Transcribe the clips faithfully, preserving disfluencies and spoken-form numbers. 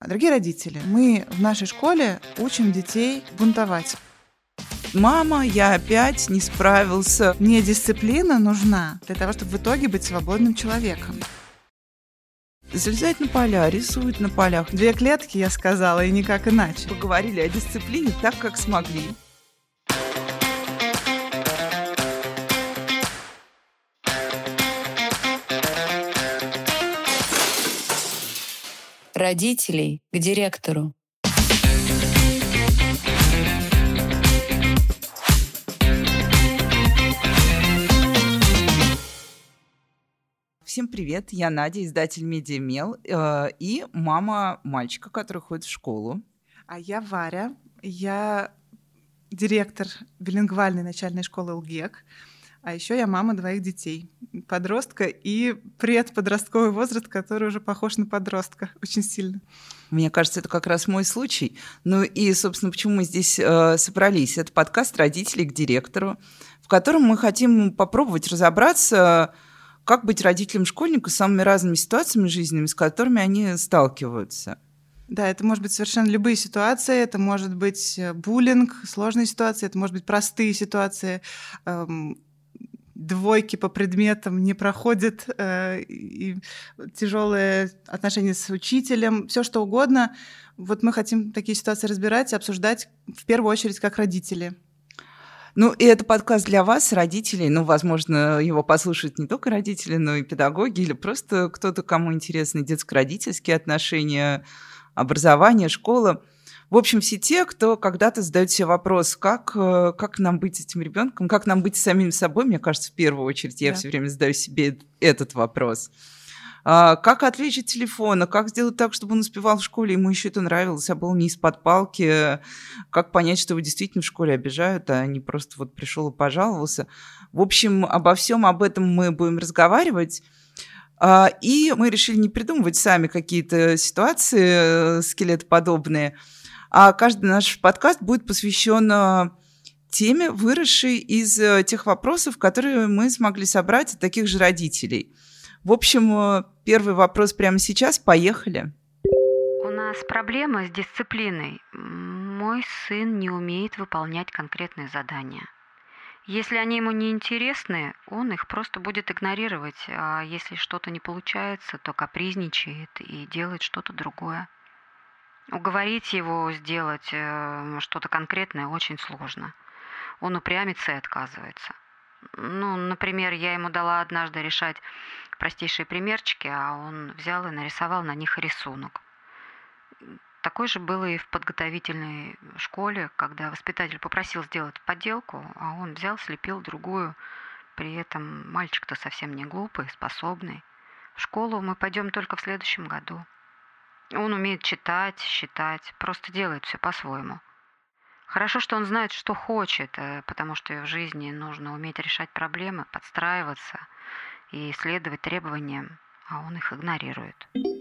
Дорогие родители, мы в нашей школе учим детей бунтовать. Мама, я опять не справился. Мне дисциплина нужна для того, чтобы в итоге быть свободным человеком. Залезать на поля, рисует на полях. Две клетки, я сказала, и никак иначе. Поговорили о дисциплине так, как смогли. Родителей к директору. Всем привет, я Надя, издатель «Медиамел» э, и мама мальчика, который ходит в школу. А я Варя, я директор билингвальной начальной школы ЛГЕК, а еще я мама двоих детей, подростка и предподростковый возраст, который уже похож на подростка очень сильно. Мне кажется, это как раз мой случай. Ну и, собственно, почему мы здесь э, собрались? Это подкаст «Родителей к директору», в котором мы хотим попробовать разобраться, как быть родителем школьника с самыми разными ситуациями жизненными, с которыми они сталкиваются. Да, это может быть совершенно любые ситуации, это может быть буллинг, сложные ситуации, это может быть простые ситуации, эм, двойки по предметам не проходят, э, и тяжелые отношения с учителем, все что угодно. Вот мы хотим такие ситуации разбирать и обсуждать в первую очередь как родители. Ну, и это подкаст для вас, родителей. Ну, возможно, его послушают не только родители, но и педагоги, или просто кто-то, кому интересны детско-родительские отношения, образование, школа. В общем, все те, кто когда-то задает себе вопрос, как, как нам быть с этим ребенком, как нам быть с самим собой. Мне кажется, в первую очередь я да. все время задаю себе этот вопрос. А, как отвлечь от телефона, как сделать так, чтобы он успевал в школе, ему еще это нравилось, а был не из-под палки, как понять, что его действительно в школе обижают, а не просто вот пришел и пожаловался. В общем, обо всем об этом мы будем разговаривать. А, и мы решили не придумывать сами какие-то ситуации скелетоподобные, а каждый наш подкаст будет посвящен теме, выросшей из тех вопросов, которые мы смогли собрать от таких же родителей. В общем, первый вопрос прямо сейчас. Поехали. У нас проблема с дисциплиной. Мой сын не умеет выполнять конкретные задания. Если они ему не интересны, он их просто будет игнорировать. А если что-то не получается, то капризничает и делает что-то другое. Уговорить его сделать что-то конкретное очень сложно. Он упрямится и отказывается. Ну, например, я ему дала однажды решать простейшие примерчики, а он взял и нарисовал на них рисунок. Такое же было и в подготовительной школе, когда воспитатель попросил сделать поделку, а он взял, слепил другую. При этом мальчик-то совсем не глупый, способный. В школу мы пойдем только в следующем году. Он умеет читать, считать, просто делает все по-своему. Хорошо, что он знает, что хочет, потому что в жизни нужно уметь решать проблемы, подстраиваться и следовать требованиям, а он их игнорирует.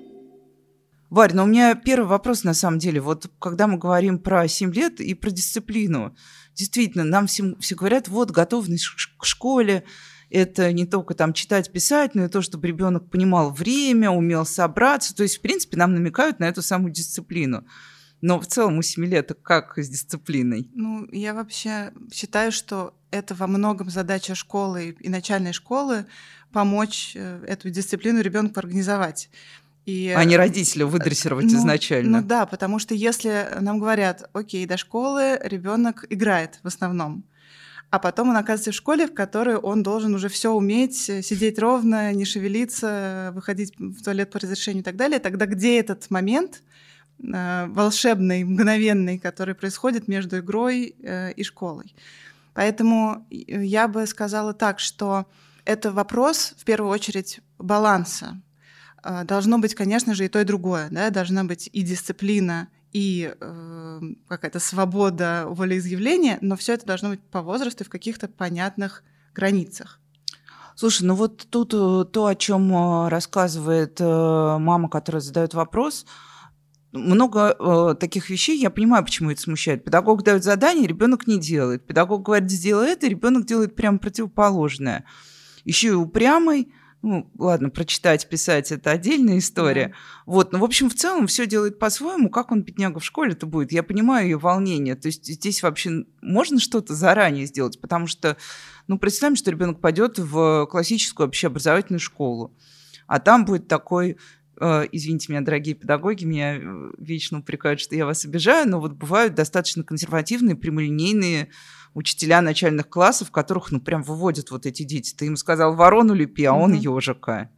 Варь, ну у меня первый вопрос на самом деле. Вот когда мы говорим про семь лет и про дисциплину, действительно, нам всем, все говорят, вот готовность к школе, это не только там читать, писать, но и то, чтобы ребенок понимал время, умел собраться. То есть, в принципе, нам намекают на эту самую дисциплину. Но в целом у семи лет как с дисциплиной? Ну, я вообще считаю, что это во многом задача школы и начальной школы помочь эту дисциплину ребенку организовать. И, а не родителю выдрессировать ну, изначально. Ну да, потому что если нам говорят, окей, до школы ребенок играет в основном, а потом он оказывается в школе, в которой он должен уже все уметь, сидеть ровно, не шевелиться, выходить в туалет по разрешению и так далее, тогда где этот момент волшебный, мгновенный, который происходит между игрой и школой? Поэтому я бы сказала так, что это вопрос, в первую очередь, баланса. Должно быть, конечно же, и то, и другое. Да? Должна быть и дисциплина, и э, какая-то свобода волеизъявления, но все это должно быть по возрасту и в каких-то понятных границах. Слушай, ну вот тут то, о чем рассказывает мама, которая задает вопрос, много э, таких вещей, я понимаю, почему это смущает. Педагог дает задание, ребенок не делает. Педагог говорит, сделай это, ребенок делает прямо противоположное. Еще и упрямый, Ну, ладно, прочитать, писать — это отдельная история. Да. Вот, но, в общем, в целом все делает по-своему. Как он, бедняга, в школе-то будет? Я понимаю ее волнение. То есть здесь вообще можно что-то заранее сделать? Потому что, ну, представим, что ребенок пойдет в классическую общеобразовательную школу, а там будет такой... Э, извините меня, дорогие педагоги, меня вечно упрекают, что я вас обижаю, но вот бывают достаточно консервативные, прямолинейные учителя начальных классов, которых, ну, прям выводят вот эти дети. Ты им сказал ворону лепи, а он ежика.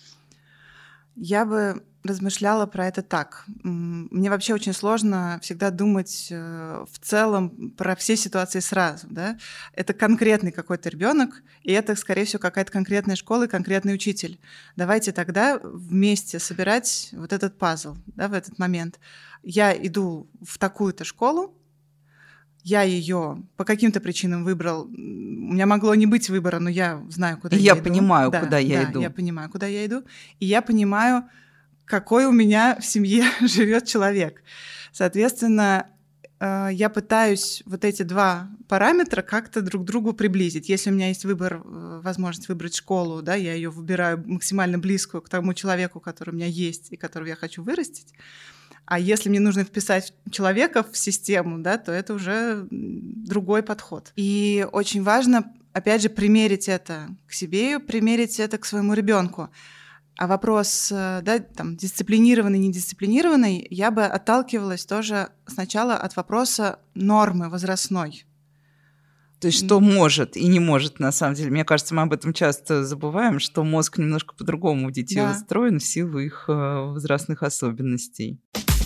Я бы размышляла про это так. Мне вообще очень сложно всегда думать в целом про все ситуации сразу. Да? Это конкретный какой-то ребенок, и это, скорее всего, какая-то конкретная школа и конкретный учитель. Давайте тогда вместе собирать вот этот пазл, да, в этот момент. Я иду в такую-то школу, я ее по каким-то причинам выбрал. У меня могло не быть выбора, но я знаю, куда и я, я иду. понимаю, да, куда я да, иду. Я понимаю, куда я иду. И я понимаю, какой у меня в семье живет человек. Соответственно, я пытаюсь вот эти два параметра как-то друг к другу приблизить. Если у меня есть выбор, возможность выбрать школу, да, я ее выбираю максимально близкую к тому человеку, который у меня есть и которого я хочу вырастить. А если мне нужно вписать человека в систему, да, то это уже другой подход. И очень важно, опять же, примерить это к себе, примерить это к своему ребенку. А вопрос, да, там, дисциплинированный, недисциплинированный, я бы отталкивалась тоже сначала от вопроса нормы возрастной. То есть что может и не может, на самом деле. Мне кажется, мы об этом часто забываем, что мозг немножко по-другому у детей да. устроен в силу их возрастных особенностей.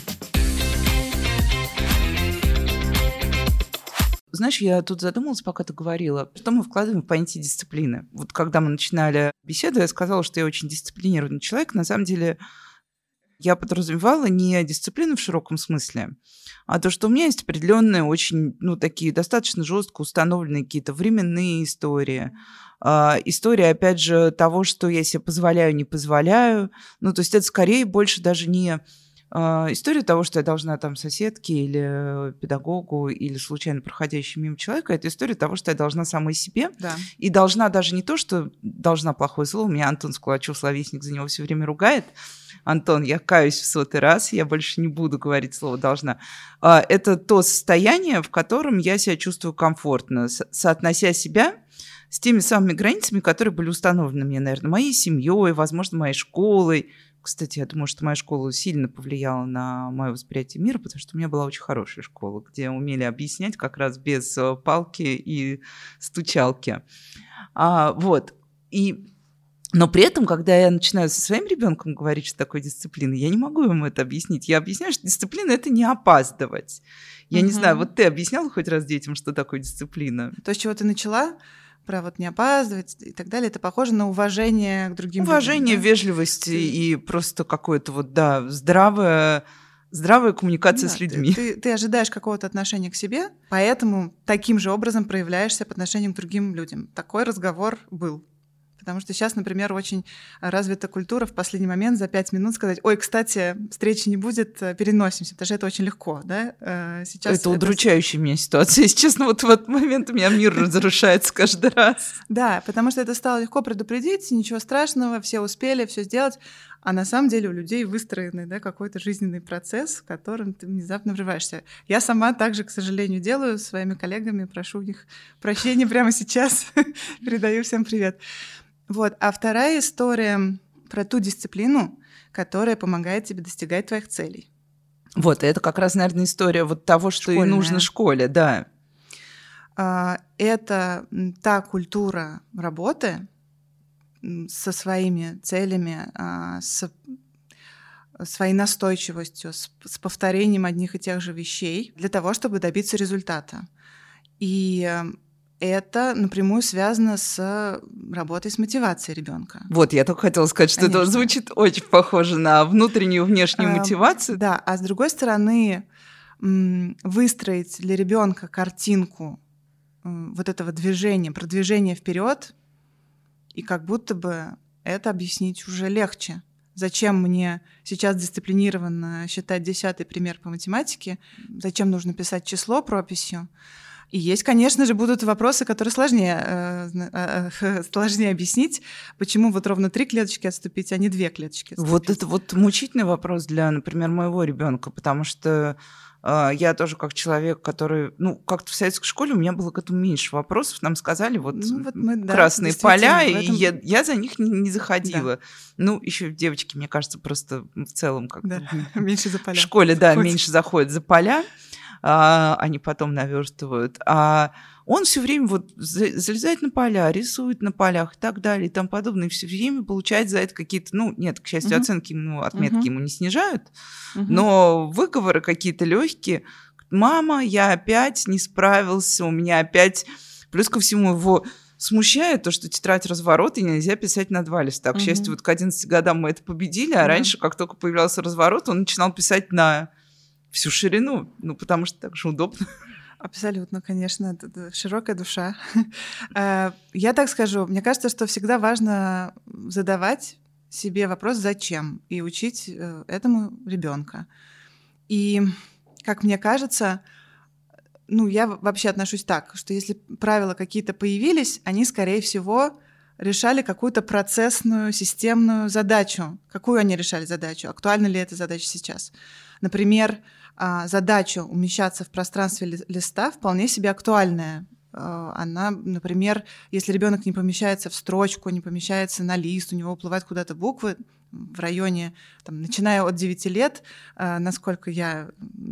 Знаешь, я тут задумалась, пока ты говорила, что мы вкладываем в понятие дисциплины. Вот когда мы начинали беседу, я сказала, что я очень дисциплинированный человек. На самом деле я подразумевала не дисциплину в широком смысле, а то, что у меня есть определенные очень, ну, такие достаточно жестко установленные какие-то временные истории. Uh, история, опять же, того, что я себе позволяю, не позволяю. Ну, то есть это скорее больше даже не uh, история того, что я должна там соседке или педагогу или случайно проходящему мимо человека. Это история того, что я должна самой себе. Да. И должна даже не то, что должна плохое слово. Меня Антон Скулачев, словесник, за него все время ругает. Антон, я каюсь в сотый раз, я больше не буду говорить слово «должна». Uh, это то состояние, в котором я себя чувствую комфортно, со- соотнося себя с теми самыми границами, которые были установлены мне, наверное, моей семьей, возможно, моей школой. Кстати, я думаю, что моя школа сильно повлияла на мое восприятие мира, потому что у меня была очень хорошая школа, где умели объяснять как раз без палки и стучалки. А, вот. И... Но при этом, когда я начинаю со своим ребенком говорить, что такое дисциплина, я не могу ему это объяснить. Я объясняю, что дисциплина – это не опаздывать. Я угу. не знаю, вот ты объясняла хоть раз детям, что такое дисциплина? То, с чего ты начала, про вот не опаздывать и так далее, это похоже на уважение к другим уважение, людям. Уважение, да? Вежливость ты... и просто какое-то вот, да, здравое... Здравая коммуникация да, с людьми. Ты, ты, ты ожидаешь какого-то отношения к себе, поэтому таким же образом проявляешься по отношению к другим людям. Такой разговор был. Потому что сейчас, например, очень развита культура в последний момент за пять минут сказать: ой, кстати, встречи не будет, переносимся, потому что это очень легко, да? Сейчас это удручающая это... меня ситуация. Если честно, вот в этот момент у меня мир разрушается каждый раз. Да, потому что это стало легко предупредить, ничего страшного, все успели, все сделать. А на самом деле у людей выстроенный, да, какой-то жизненный процесс, в котором ты внезапно врываешься. Я сама также, к сожалению, делаю с своими коллегами, прошу у них прощения прямо сейчас, передаю всем привет. Вот. А вторая история про ту дисциплину, которая помогает тебе достигать твоих целей. Вот, это как раз, наверное, история вот того, что Школьная. И нужно школе, да. Это та культура работы со своими целями, с своей настойчивостью, с повторением одних и тех же вещей для того, чтобы добиться результата. И это напрямую связано с работой с мотивацией ребенка. Вот, я только хотела сказать, что Конечно. Это звучит очень похоже на внутреннюю и внешнюю а, мотивацию. Да, а с другой стороны, выстроить для ребенка картинку вот этого движения, продвижения вперед, и как будто бы это объяснить уже легче. Зачем мне сейчас дисциплинированно считать десятый пример по математике? Зачем нужно писать число прописью? И есть, конечно же, будут вопросы, которые сложнее, э, э, сложнее объяснить, почему вот ровно три клеточки отступить, а не две клеточки отступить. Вот это вот мучительный вопрос для, например, моего ребенка, потому что э, я тоже как человек, который, ну, как-то в советской школе у меня было к этому меньше вопросов. Нам сказали, вот, ну, вот мы, да, красные поля, этом... и я, я за них не, не заходила. Да. Ну, еще девочки, мне кажется, просто в целом как-то да. меньше за поля. В школе, да, Хоть. меньше заходят за поля. А, они потом наверстывают. А он все время вот залезает на поля, рисует на полях и так далее и тому подобное. И все время получает за это какие-то, ну, нет, к счастью, uh-huh. оценки ему, отметки uh-huh. ему не снижают, uh-huh. но выговоры какие-то легкие. Мама, я опять не справился, у меня опять... Плюс ко всему его смущает то, что тетрадь разворот, и нельзя писать на два листа. К uh-huh. счастью, вот к одиннадцати годам мы это победили, а uh-huh. раньше, как только появлялся разворот, он начинал писать на... всю ширину, ну, потому что так же удобно. Абсолютно, конечно, широкая душа. Я так скажу, мне кажется, что всегда важно задавать себе вопрос «зачем?» и учить этому ребенка. И, как мне кажется, ну, я вообще отношусь так, что если правила какие-то появились, они, скорее всего, решали какую-то процессную, системную задачу. Какую они решали задачу? Актуальна ли эта задача сейчас? Например, задача умещаться в пространстве листа вполне себе актуальная. Она, например, если ребенок не помещается в строчку, не помещается на лист, у него уплывают куда-то буквы в районе, там, начиная от девяти лет, насколько я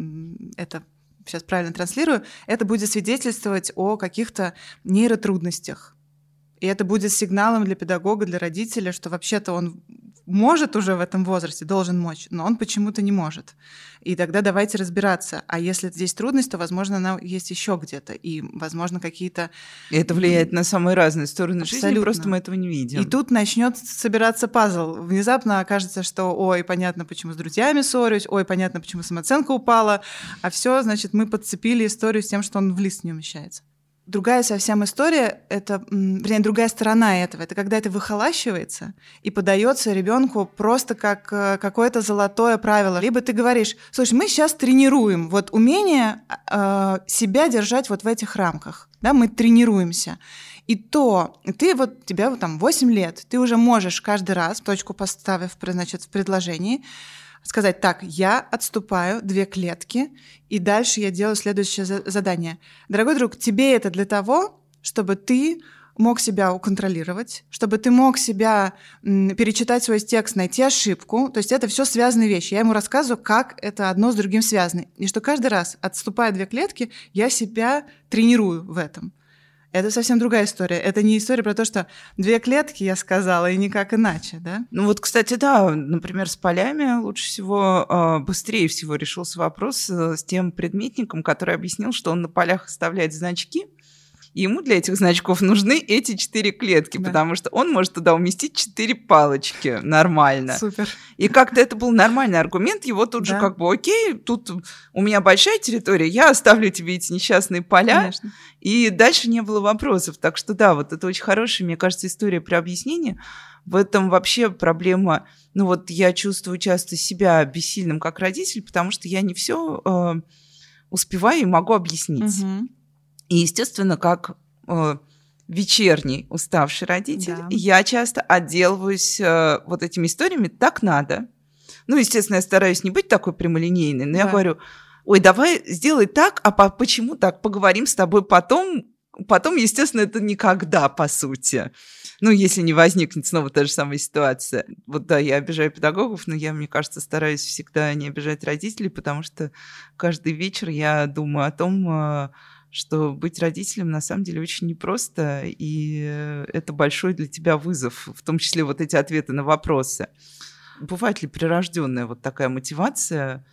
это сейчас правильно транслирую, это будет свидетельствовать о каких-то нейротрудностях. И это будет сигналом для педагога, для родителя, что вообще-то он может уже в этом возрасте, должен мочь, но он почему-то не может. И тогда давайте разбираться. А если здесь трудность, то, возможно, она есть еще где-то. И, возможно, какие-то... И это влияет на самые разные стороны Абсолютно. жизни, просто мы этого не видим. И тут начнет собираться пазл. Внезапно окажется, что ой, понятно, почему с друзьями ссорюсь, ой, понятно, почему самооценка упала, а все, значит, мы подцепили историю с тем, что он в лист не умещается. Другая совсем история, это, вернее, другая сторона этого, это когда это выхолащивается и подается ребенку просто как какое-то золотое правило. Либо ты говоришь, слушай, мы сейчас тренируем вот умение э, себя держать вот в этих рамках, да, мы тренируемся. И то ты вот, тебе вот там восемь лет, ты уже можешь каждый раз, точку поставив, значит, в предложении, сказать, так, я отступаю две клетки, и дальше я делаю следующее задание. Дорогой друг, тебе это для того, чтобы ты мог себя уконтролировать, чтобы ты мог себя м, перечитать свой текст, найти ошибку. То есть это все связанные вещи. Я ему рассказываю, как это одно с другим связано. И что каждый раз, отступая две клетки, я себя тренирую в этом. Это совсем другая история. Это не история про то, что две клетки, я сказала, и никак иначе, да? Ну вот, кстати, да, например, с полями лучше всего, быстрее всего решился вопрос с тем предметником, который объяснил, что он на полях оставляет значки, и ему для этих значков нужны эти четыре клетки, да. Потому что он может туда уместить четыре палочки нормально. Супер. И как-то это был нормальный аргумент, его тут да. же как бы окей, тут у меня большая территория, я оставлю тебе эти несчастные поля, Конечно. И дальше не было вопросов. Так что да, вот это очень хорошая, мне кажется, история про объяснение. В этом вообще проблема, ну вот я чувствую часто себя бессильным как родитель, потому что я не все э, успеваю и могу объяснить. Угу. И, естественно, как э, вечерний уставший родитель, да. я часто отделываюсь э, вот этими историями «так надо». Ну, естественно, я стараюсь не быть такой прямолинейной, но да. я говорю, ой, давай сделай так, а по- почему так? Поговорим с тобой потом. Потом, естественно, это никогда, по сути. Ну, если не возникнет снова та же самая ситуация. Вот да, я обижаю педагогов, но я, мне кажется, стараюсь всегда не обижать родителей, потому что каждый вечер я думаю о том, что быть родителем на самом деле очень непросто, и это большой для тебя вызов, в том числе вот эти ответы на вопросы. Бывает ли прирожденная вот такая мотивация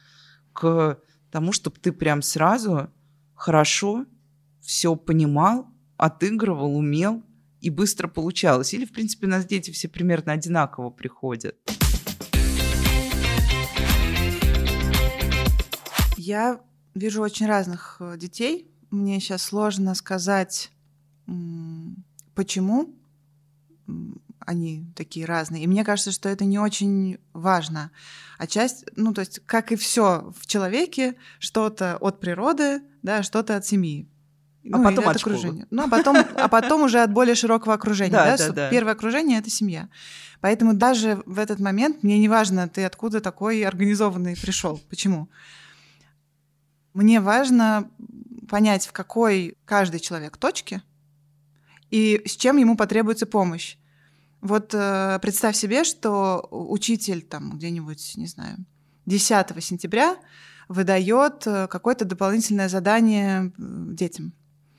к тому, чтобы ты прям сразу хорошо все понимал, отыгрывал, умел и быстро получалось? Или, в принципе, у нас дети все примерно одинаково приходят? Я вижу очень разных детей. Мне сейчас сложно сказать, почему они такие разные. И мне кажется, что это не очень важно. А часть, ну, то есть, как и все в человеке, что-то от природы, да, что-то от семьи. А ну, потом или от от школы. окружения. Ну, а потом, а потом уже от более широкого окружения. Да, Да, да, С- да. Первое окружение — это семья. Поэтому даже в этот момент мне не важно, ты откуда такой организованный пришел. Почему? Мне важно понять, в какой каждый человек точке и с чем ему потребуется помощь. Вот э, представь себе, что учитель там где-нибудь, не знаю, десятого сентября выдает э, какое-то дополнительное задание э, детям.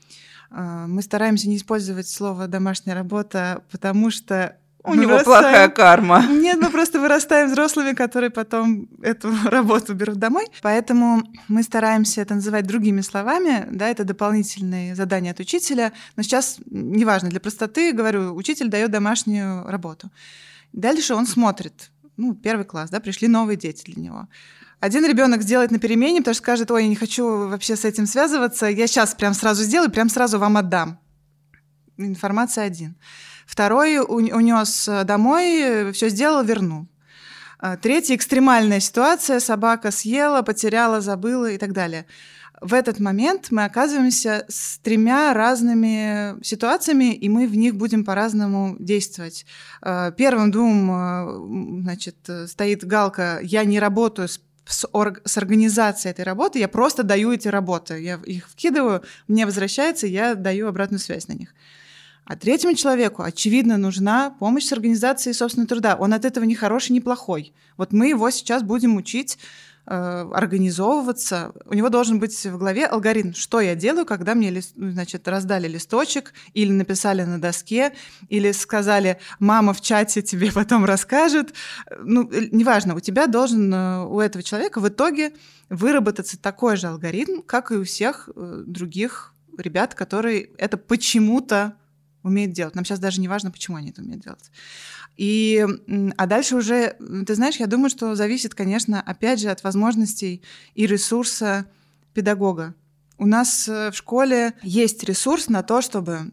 Э, Мы стараемся не использовать слово «домашняя работа», потому что У него вырастаем- плохая карма. Нет, мы просто вырастаем взрослыми, которые потом эту работу берут домой. Поэтому мы стараемся это называть другими словами. Да, это дополнительные задания от учителя. Но сейчас, неважно, для простоты, говорю, учитель дает домашнюю работу. Дальше он смотрит. Ну, первый класс, да, пришли новые дети для него. Один ребенок сделает на перемене, потому что скажет: ой, я не хочу вообще с этим связываться, я сейчас прям сразу сделаю, прям сразу вам отдам. Информация один. Второй унес домой, все сделал, вернул. Третий — экстремальная ситуация, собака съела, потеряла, забыла и так далее. В этот момент мы оказываемся с тремя разными ситуациями, и мы в них будем по-разному действовать. Первым двум, значит, стоит галка: я не работаю с С, орг... с организацией этой работы, я просто даю эти работы. Я их вкидываю, мне возвращается, я даю обратную связь на них. А третьему человеку, очевидно, нужна помощь с организацией собственного труда. Он от этого ни хороший, ни плохой. Вот мы его сейчас будем учить э, организовываться. У него должен быть в голове алгоритм, что я делаю, когда мне лист... значит, раздали листочек, или написали на доске, или сказали: мама в чате тебе потом расскажет. Ну, неважно, у тебя должен, у этого человека в итоге выработаться такой же алгоритм, как и у всех других ребят, которые это почему-то умеют делать. Нам сейчас даже не важно, почему они это умеют делать. И, а дальше уже, ты знаешь, я думаю, что зависит, конечно, опять же, от возможностей и ресурса педагога. У нас в школе есть ресурс на то, чтобы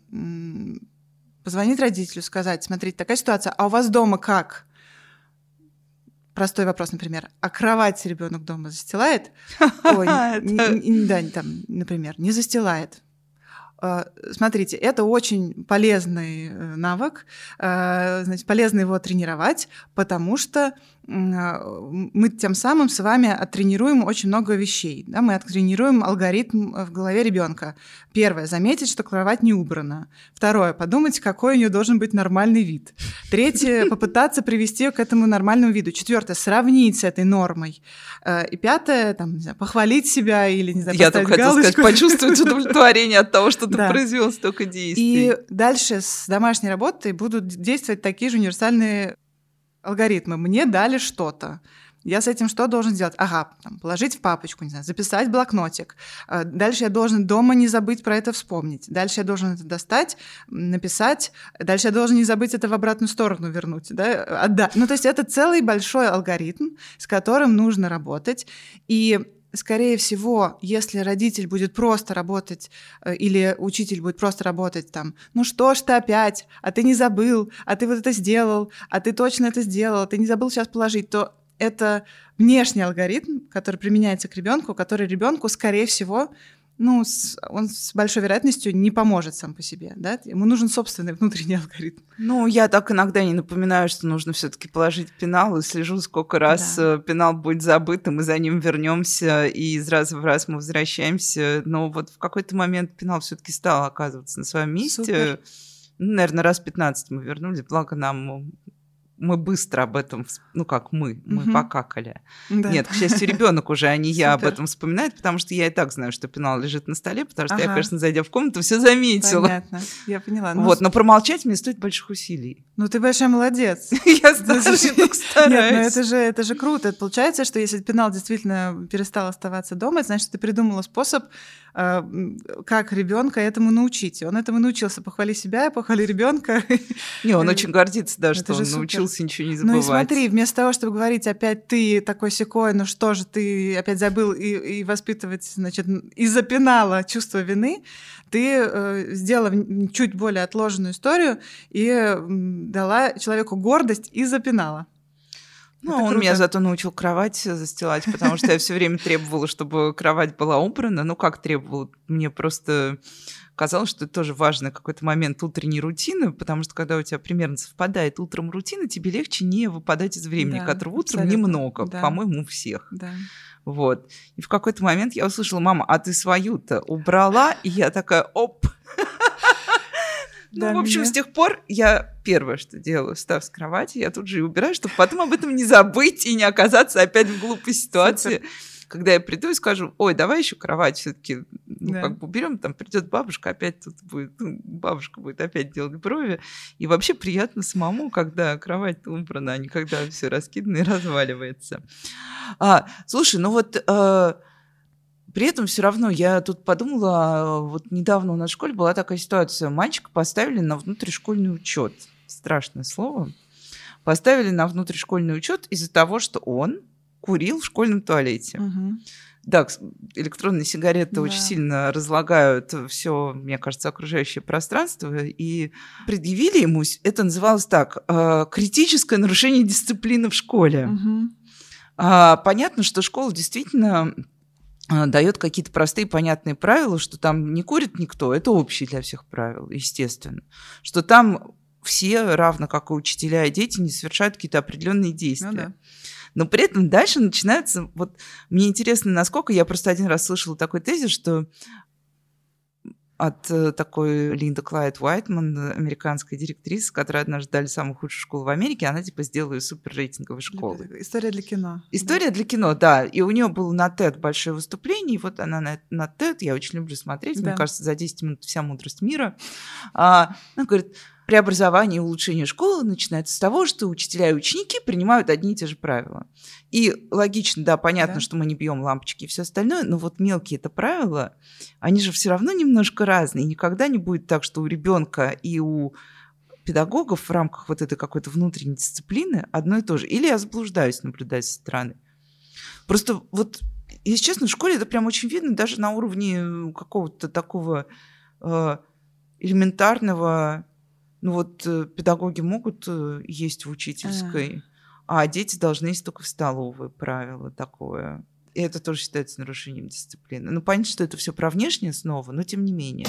позвонить родителю, сказать: смотрите, такая ситуация, а у вас дома как? Простой вопрос, например: а кровать ребенок дома застилает? Ой, да, там, например, не застилает. Смотрите, это очень полезный навык, значит, полезно его тренировать, потому что мы тем самым с вами оттренируем очень много вещей. Да? Мы оттренируем алгоритм в голове ребенка. Первое — заметить, что кровать не убрана. Второе — подумать, какой у нее должен быть нормальный вид. Третье — попытаться привести ее к этому нормальному виду. Четвертое — сравнить с этой нормой. И пятое — там, не знаю, похвалить себя или, не знаю, Я только хотела галочку. сказать, почувствовать удовлетворение от того, что ты Да. произвел столько действий. И дальше с домашней работой будут действовать такие же универсальные алгоритмы. Мне дали что-то. Я с этим что должен сделать? Ага, там, положить в папочку, не знаю, записать в блокнотик. Дальше я должен дома не забыть про это вспомнить. Дальше я должен это достать, написать. Дальше я должен не забыть это в обратную сторону вернуть. Да? Отда... Ну, то есть это целый большой алгоритм, с которым нужно работать. И скорее всего, если родитель будет просто работать или учитель будет просто работать там: ну что ж ты опять, а ты не забыл, а ты вот это сделал, а ты точно это сделал, ты не забыл сейчас положить, то это внешний алгоритм, который применяется к ребенку, который ребенку, скорее всего, ну, с, он с большой вероятностью не поможет сам по себе, да? Ему нужен собственный внутренний алгоритм. Ну, я так иногда не напоминаю, что нужно все-таки положить пенал, и слежу, сколько раз да. пенал будет забыт, и мы за ним вернемся, и из раза в раз мы возвращаемся. Но вот в какой-то момент пенал все-таки стал оказываться на своем месте. Супер. Ну, наверное, раз пятнадцать мы вернули, благо нам... Мы быстро об этом, ну как мы, мы угу. покакали. Да. Нет, к счастью, ребенок уже, а не я об этом вспоминает, потому что я и так знаю, что пенал лежит на столе, потому что ага. я, конечно, зайдя в комнату, все заметила. Понятно, я поняла. Ну, вот, но промолчать мне стоит больших усилий. Ну, ты большая молодец. Я стараюсь. Нет, ну это же, это же круто. Получается, что если пенал действительно перестал оставаться дома, это значит, что ты придумала способ, как ребенка этому научить. Он этому научился. Похвали себя, похвали ребенка. Не, он очень гордится, да, что он научился ничего не забывать. Ну и смотри, вместо того, чтобы говорить: опять ты такой-сякой, ну что же, ты опять забыл, и, и воспитывать, значит, из-за пенала чувство вины, ты э, сделала чуть более отложенную историю и э, дала человеку гордость из-за пенала. Ну, Это он круто. меня зато научил кровать застилать, потому что я все время требовала, чтобы кровать была убрана. Ну, как требовала? Мне просто казалось, что это тоже важный какой-то момент утренней рутины, потому что когда у тебя примерно совпадает утром рутина, тебе легче не выпадать из времени, Да, которого утром абсолютно. немного, Да. по-моему, у всех. Да. Вот. И в какой-то момент я услышала: мама, а ты свою-то убрала? И я такая: оп! Да, Ну, в общем, меня- с тех пор я первое, что делаю, встав с кровати, я тут же и убираю, чтобы потом об этом не забыть и не оказаться опять в глупой ситуации, когда я приду и скажу: ой, давай еще кровать все-таки, ну, Да. как бы уберем, там придет бабушка, опять тут будет, ну, бабушка будет опять делать брови. И вообще приятно самому, когда кровать убрана, а не когда все раскидано и разваливается. А, слушай, ну вот... э, При этом все равно я тут подумала, вот недавно у нас в школе была такая ситуация. Мальчика поставили на внутришкольный учет. Страшное слово. Поставили на внутришкольный учет из-за того, что он курил в школьном туалете. Мгм. Да, кс- электронные сигареты Да. очень сильно разлагают все, мне кажется, окружающее пространство. И предъявили ему, с- это называлось так, э, критическое нарушение дисциплины в школе. Мгм. А, понятно, что школа действительно а, дает какие-то простые понятные правила, что там не курит никто, это общие для всех правила, естественно. Что там все, равно как и учителя и дети, не совершают какие-то определенные действия. Ну да. Но при этом дальше начинается... Вот мне интересно, насколько... Я просто один раз слышала такой тезис, что от э, такой Линды Клайд Уайтман, американской директрисы, которая однажды дали самую худшую школу в Америке, она типа сделала ее суперрейтинговой школой. История для кино. История для кино, да. И у нее было на TED большое выступление, и вот она на, на TED, я очень люблю смотреть, Да. мне кажется, за десять минут вся мудрость мира. А, она говорит: преобразование и улучшение школы начинается с того, что учителя и ученики принимают одни и те же правила. И логично, да, понятно, Да. что мы не бьем лампочки и все остальное, но вот мелкие это правила, они же все равно немножко разные. И никогда не будет так, что у ребенка и у педагогов в рамках вот этой какой-то внутренней дисциплины одно и то же. Или я заблуждаюсь, наблюдая со стороны. Просто вот, если честно, в школе это прям очень видно даже на уровне какого-то такого э, элементарного. Ну вот э, педагоги могут э, есть в учительской, а дети должны есть только в столовой, правило такое. И это тоже считается нарушением дисциплины. Ну, понятно, что это все про внешнее снова, но тем не менее.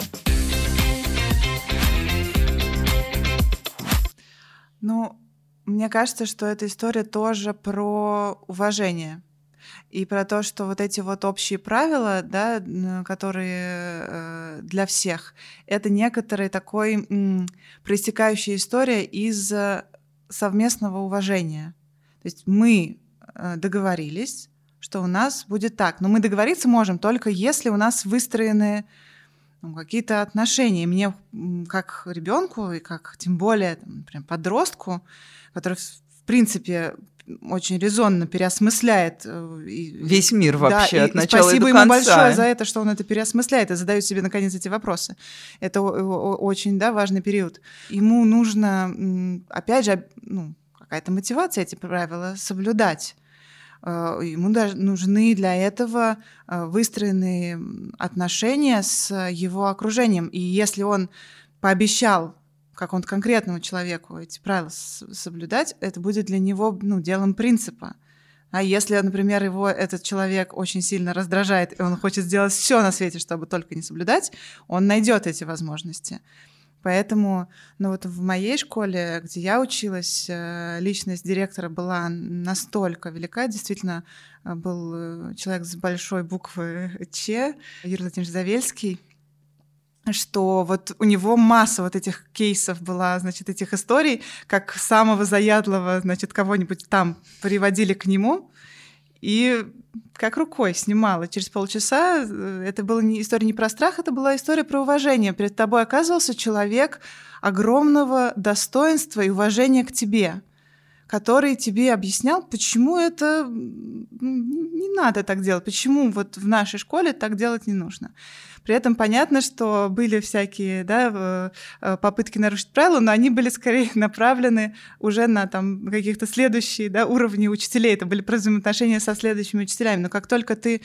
Ну, мне кажется, что эта история тоже про уважение. И про то, что вот эти вот общие правила, да, н- которые э, для всех, это некоторая такой м, проистекающая история из э, совместного уважения. То есть мы э, договорились, что у нас будет так. Но мы договориться можем только если у нас выстроены ну, какие-то отношения. Мне м, как ребенку и как тем более там, например, подростку, который в в принципе очень резонно переосмысляет э, и- Весь мир вообще, да, от и, и начала и спасибо до ему конца. большое за это, что он это переосмысляет и задает себе наконец эти вопросы. Это о- о- очень, да, важный период. Ему нужно, м, опять же, ну, какая-то мотивация эти правила соблюдать. Э, Ему даже нужны для этого э, выстроенные м, отношения с его окружением. И если он пообещал какому-то конкретному человеку эти правила с- соблюдать, это будет для него ну, делом принципа. А если, например, его этот человек очень сильно раздражает, и он хочет сделать все на свете, чтобы только не соблюдать, он найдет эти возможности. Поэтому, ну вот в моей школе, где я училась, э, личность директора была настолько велика, действительно э, был э, человек с большой буквы Ч, Юрий Владимирович Завельский, что вот у него масса вот этих кейсов была, значит, этих историй, как самого заядлого, значит, кого-нибудь там приводили к нему, и как рукой снимала. Через полчаса э, это была не история не про страх, это была история про уважение. Перед тобой оказывался человек огромного достоинства и уважения к тебе, который тебе объяснял, почему это м, не надо так делать, почему вот в нашей школе так делать не нужно. При этом понятно, что были всякие да, попытки нарушить правила, но они были скорее направлены уже на там, каких-то следующие да, уровни учителей. Это были про взаимоотношения со следующими учителями. Но как только ты,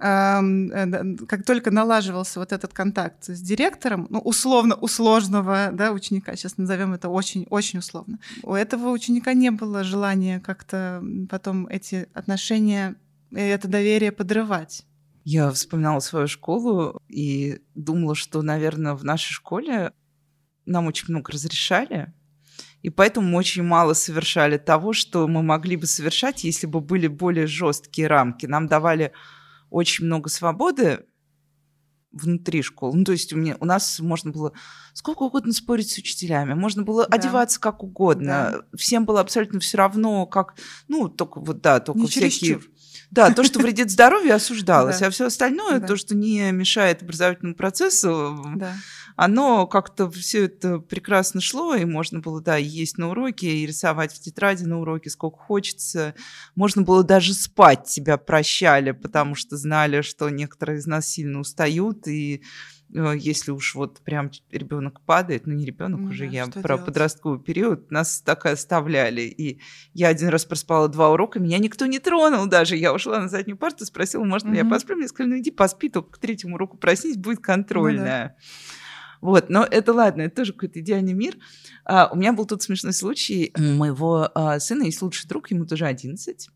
э, как только налаживался вот этот контакт с директором, ну, условно, у сложного да, ученика, сейчас назовем это очень-очень условно, у этого ученика не было было желание как-то потом эти отношения, это доверие подрывать? Я вспоминала свою школу и думала, что, наверное, в нашей школе нам очень много разрешали, и поэтому мы очень мало совершали того, что мы могли бы совершать, если бы были более жесткие рамки. Нам давали очень много свободы внутри школы. Ну, то есть у, меня, у нас можно было сколько угодно спорить с учителями, можно было да. одеваться как угодно. Да. Всем было абсолютно все равно, как... Ну, только вот, да, только не всякие... чересчур. Да, то, что вредит здоровью, осуждалось, да. а все остальное, да. то, что не мешает образовательному процессу, да. оно как-то все это прекрасно шло, и можно было, да, есть на уроке, и рисовать в тетради на уроке сколько хочется. Можно было даже спать, тебя прощали, потому что знали, что некоторые из нас сильно устают, и если уж вот прям ребенок падает, ну не ребенок ну, уже, да, я про делать? подростковый период, нас так и оставляли. И я один раз проспала два урока, меня никто не тронул даже. Я ушла на заднюю парту, спросила, можно ли угу. я посплю? Мне сказали, ну иди поспи, только к третьему уроку проснись, будет контрольная. Ну, да. Вот, но это ладно, это тоже какой-то идеальный мир. А, у меня был тут смешной случай. У моего а, сына есть лучший друг, ему тоже одиннадцать.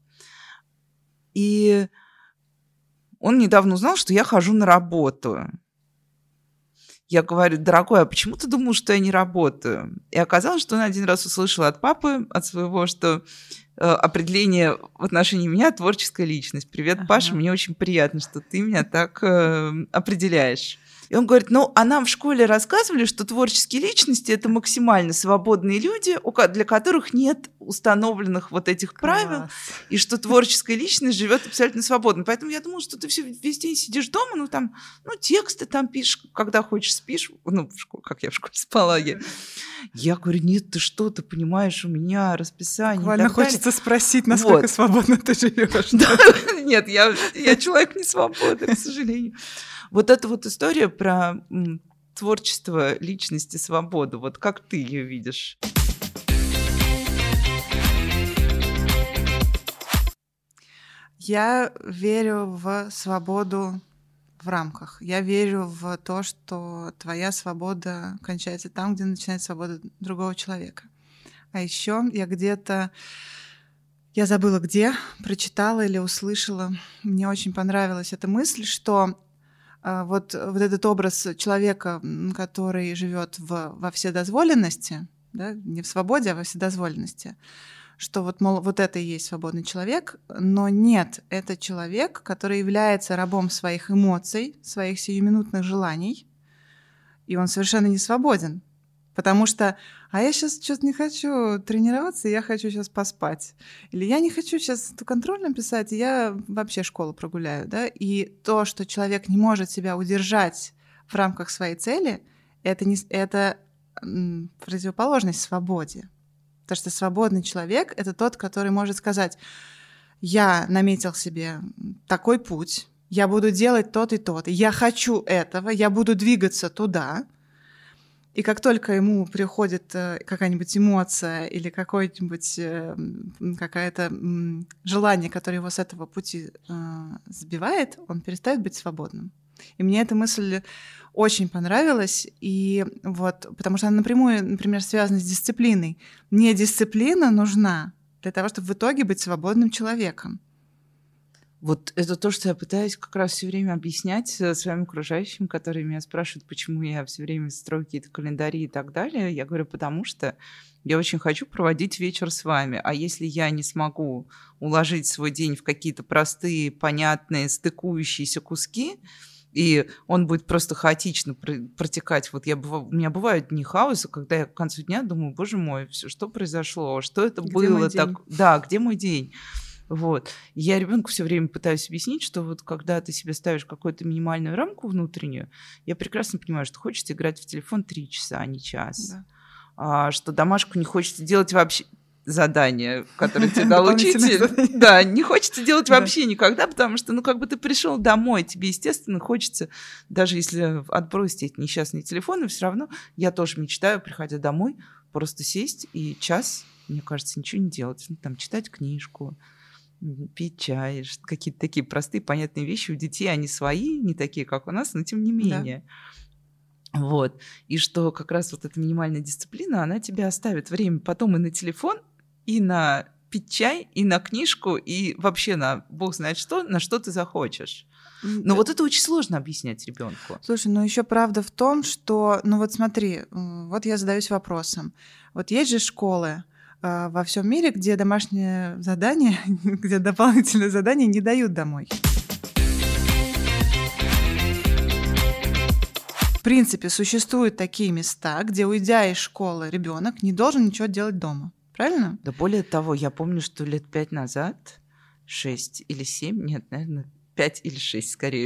И он недавно узнал, что я хожу на работу. Я говорю, дорогой, а почему ты думал, что я не работаю? И оказалось, что он один раз услышал от папы, от своего, что э, определение в отношении меня творческая личность. Привет, ага. Паша, мне очень приятно, что ты меня так э, определяешь. И он говорит, ну, а нам в школе рассказывали, что творческие личности – это максимально свободные люди, для которых нет установленных вот этих Класс. Правил, и что творческая личность живет абсолютно свободно. Поэтому я думала, что ты все, весь день сидишь дома, ну, там, ну, тексты там пишешь, когда хочешь спишь. Ну, в школе, как я в школе спала. Я, я говорю, нет, ты что, ты понимаешь, у меня расписание. Буквально хочется спросить, насколько вот. Свободно ты живешь. Нет, я человек не свободный, к сожалению. Вот эта вот история про м, творчество, личность и свободу, вот как ты ее видишь? Я верю в свободу в рамках. Я верю в то, что твоя свобода кончается там, где начинается свобода другого человека. А еще я где-то, я забыла где, прочитала или услышала, мне очень понравилась эта мысль, что Вот, вот этот образ человека, который живет в, во вседозволенности, да, не в свободе, а во вседозволенности, что вот, мол, вот это и есть свободный человек, но нет, это человек, который является рабом своих эмоций, своих сиюминутных желаний, и он совершенно не свободен. Потому что, а я сейчас что-то не хочу тренироваться, я хочу сейчас поспать. Или я не хочу сейчас контрольно писать, я вообще школу прогуляю. Да? И то, что человек не может себя удержать в рамках своей цели, это, не, это м, противоположность свободе. Потому что свободный человек — это тот, который может сказать, я наметил себе такой путь, я буду делать тот и тот, я хочу этого, я буду двигаться туда. И как только ему приходит какая-нибудь эмоция или какое-нибудь какое-то желание, которое его с этого пути сбивает, он перестает быть свободным. И мне эта мысль очень понравилась, и вот, потому что она напрямую, например, связана с дисциплиной. Не дисциплина нужна для того, чтобы в итоге быть свободным человеком. Вот это то, что я пытаюсь как раз все время объяснять своим окружающим, которые меня спрашивают, почему я все время строю какие-то календари и так далее. Я говорю, потому что я очень хочу проводить вечер с вами. А если я не смогу уложить свой день в какие-то простые, понятные, стыкующиеся куски, и он будет просто хаотично протекать. Вот я бываю, у меня бывают дни хаоса, когда я к концу дня думаю, боже мой, все, что произошло, что это где было так, да, где мой день? Вот. Я ребенку все время пытаюсь объяснить, что вот когда ты себе ставишь какую-то минимальную рамку внутреннюю, я прекрасно понимаю, что хочется играть в телефон три часа, а не час. Да. А, что домашку не хочется делать вообще задание, которое тебе дал учитель. Да, не хочется делать вообще никогда, потому что, ну, как бы ты пришел домой, тебе, естественно, хочется, даже если отбросить эти несчастные телефоны, все равно я тоже мечтаю, приходя домой, просто сесть и час, мне кажется, ничего не делать. Там читать книжку, пить чай, какие-то такие простые, понятные вещи у детей, они свои, не такие, как у нас, но тем не менее. Да. Вот. И что как раз вот эта минимальная дисциплина, она тебе оставит время потом и на телефон, и на пить чай, и на книжку, и вообще на бог знает что, на что ты захочешь. Но вот это очень сложно объяснять ребенку. Слушай, ну еще правда в том, что, ну вот смотри, вот я задаюсь вопросом. Вот есть же школы э, во всем мире, где домашние задания, где дополнительные задания не дают домой. В принципе, существуют такие места, где, уйдя из школы, ребенок не должен ничего делать дома. Правильно? Да более того, я помню, что лет пять назад, шесть или семь, нет, наверное, пять или шесть скорее,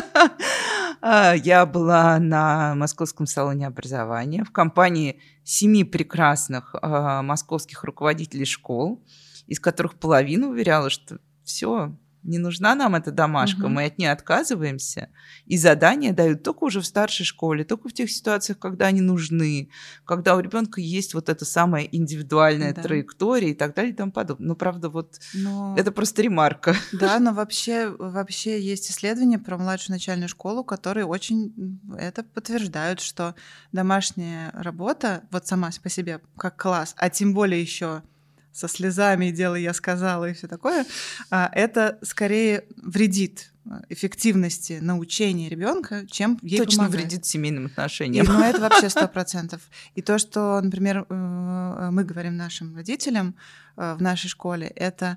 я была на Московском салоне образования в компании семи прекрасных московских руководителей школ, из которых половина уверяла, что все, не нужна нам эта домашка, угу. мы от нее отказываемся, и задания дают только уже в старшей школе, только в тех ситуациях, когда они нужны, когда у ребенка есть вот эта самая индивидуальная да. траектория и так далее и тому подобное. Но правда, вот но... это просто ремарка. Да, но вообще, вообще есть исследования про младшую начальную школу, которые очень это подтверждают, что домашняя работа, вот сама по себе как класс, а тем более еще со слезами и дело я сказала и все такое, это скорее вредит эффективности научения ребенка, чем ей Точно помогает. Вредит семейным отношениям. И, ну, это вообще сто процентов. И то, что, например, мы говорим нашим родителям в нашей школе, это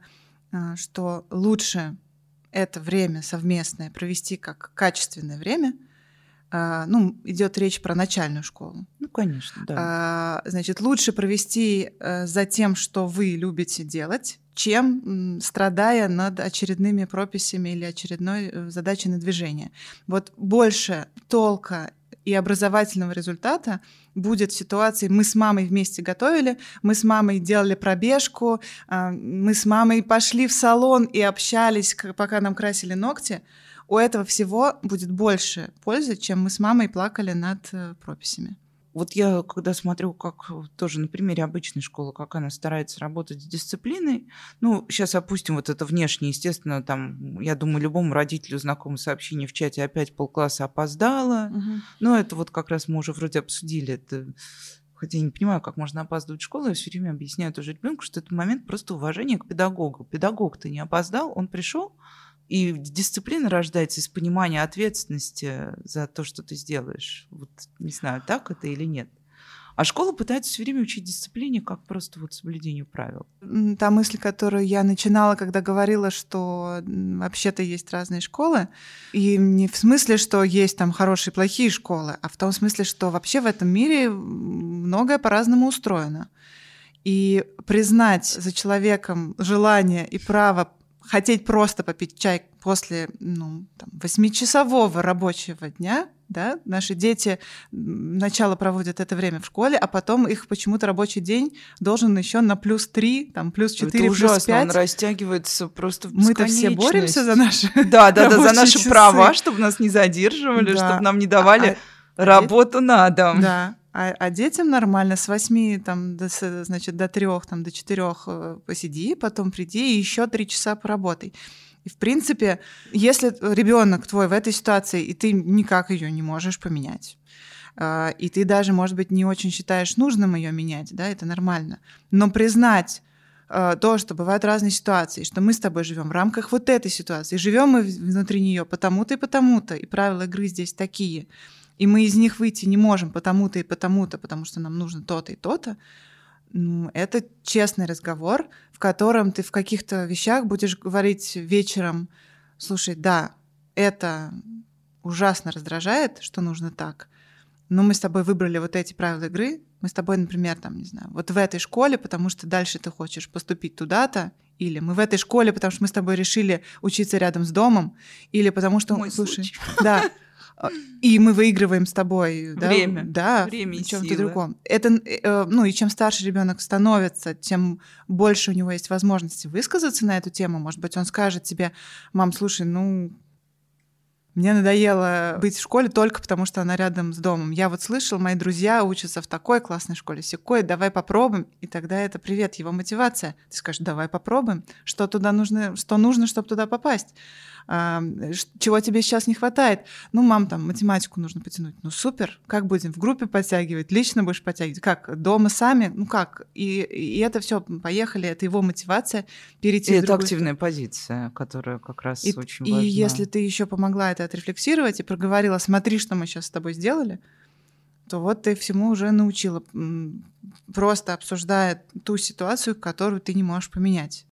что лучше это время совместное провести как качественное время. Ну, идет речь про начальную школу. Ну, конечно, да. Значит, лучше провести за тем, что вы любите делать, чем страдая над очередными прописями или очередной задачей на движение. Вот больше толка и образовательного результата будет в ситуации «мы с мамой вместе готовили», «мы с мамой делали пробежку», «мы с мамой пошли в салон и общались, пока нам красили ногти». У этого всего будет больше пользы, чем мы с мамой плакали над прописями. Вот я, когда смотрю, как тоже на примере обычной школы, как она старается работать с дисциплиной, ну, сейчас опустим вот это внешнее, естественно, там, я думаю, любому родителю знакомо сообщение в чате «опять полкласса опоздала», угу. но это вот как раз мы уже вроде обсудили, это... Хотя я не понимаю, как можно опаздывать в школу, я все время объясняю тоже ребенку, что это момент просто уважения к педагогу. Педагог-то не опоздал, он пришел, и дисциплина рождается из понимания ответственности за то, что ты сделаешь. Вот не знаю, так это или нет. А школа пытается все время учить дисциплине как просто вот соблюдению правил. Та мысль, которую я начинала, когда говорила, что вообще-то есть разные школы, и не в смысле, что есть там хорошие и плохие школы, а в том смысле, что вообще в этом мире многое по-разному устроено. И признать за человеком желание и право хотеть просто попить чай после ну, там, восьмичасового рабочего дня, да, наши дети сначала проводят это время в школе, а потом их почему-то рабочий день должен еще на плюс три, там, плюс четыре, это плюс ужасно, пять. Он растягивается просто в бесконечность. Мы-то все боремся за наши да, да, да, за наши часы. Права, чтобы нас не задерживали, да. чтобы нам не давали а, работу а, на дом. Да. А, а детям нормально с восьми там, до, значит, до трех, там, до четырех посиди, потом приди и еще три часа поработай. И, в принципе, если ребенок твой в этой ситуации, и ты никак ее не можешь поменять, и ты даже, может быть, не очень считаешь нужным ее менять, да, это нормально. Но признать то, что бывают разные ситуации, что мы с тобой живем в рамках вот этой ситуации, живем мы внутри нее потому-то и потому-то, и правила игры здесь такие, и мы из них выйти не можем потому-то и потому-то, потому что нам нужно то-то и то-то, это честный разговор, в котором ты в каких-то вещах будешь говорить вечером, слушай, да, это ужасно раздражает, что нужно так, но мы с тобой выбрали вот эти правила игры, мы с тобой, например, там, не знаю, вот в этой школе, потому что дальше ты хочешь поступить туда-то, или мы в этой школе, потому что мы с тобой решили учиться рядом с домом, или потому что... Мой слушай, случай. Да, и мы выигрываем с тобой время, да, время в и чем-то силы. другом. Это, ну, и чем старше ребенок становится, тем больше у него есть возможности высказаться на эту тему. Может быть, он скажет тебе: мам, слушай, ну, мне надоело быть в школе только потому, что она рядом с домом. Я вот слышал, мои друзья учатся в такой классной школе, сякой, давай попробуем. И тогда это привет, его мотивация. Ты скажешь: давай попробуем, что туда нужно, что нужно, чтобы туда попасть. А, чего тебе сейчас не хватает? Ну, мам, там, математику нужно потянуть. Ну, супер. Как будем? В группе подтягивать? Лично будешь подтягивать? Как? Дома сами? Ну, как? И, и это все, поехали, это его мотивация перейти и в это другую активная позиция, которая как раз и, очень и важна. И если ты еще помогла это отрефлексировать и проговорила, смотри, что мы сейчас с тобой сделали, то вот ты всему уже научила, просто обсуждая ту ситуацию, которую ты не можешь поменять.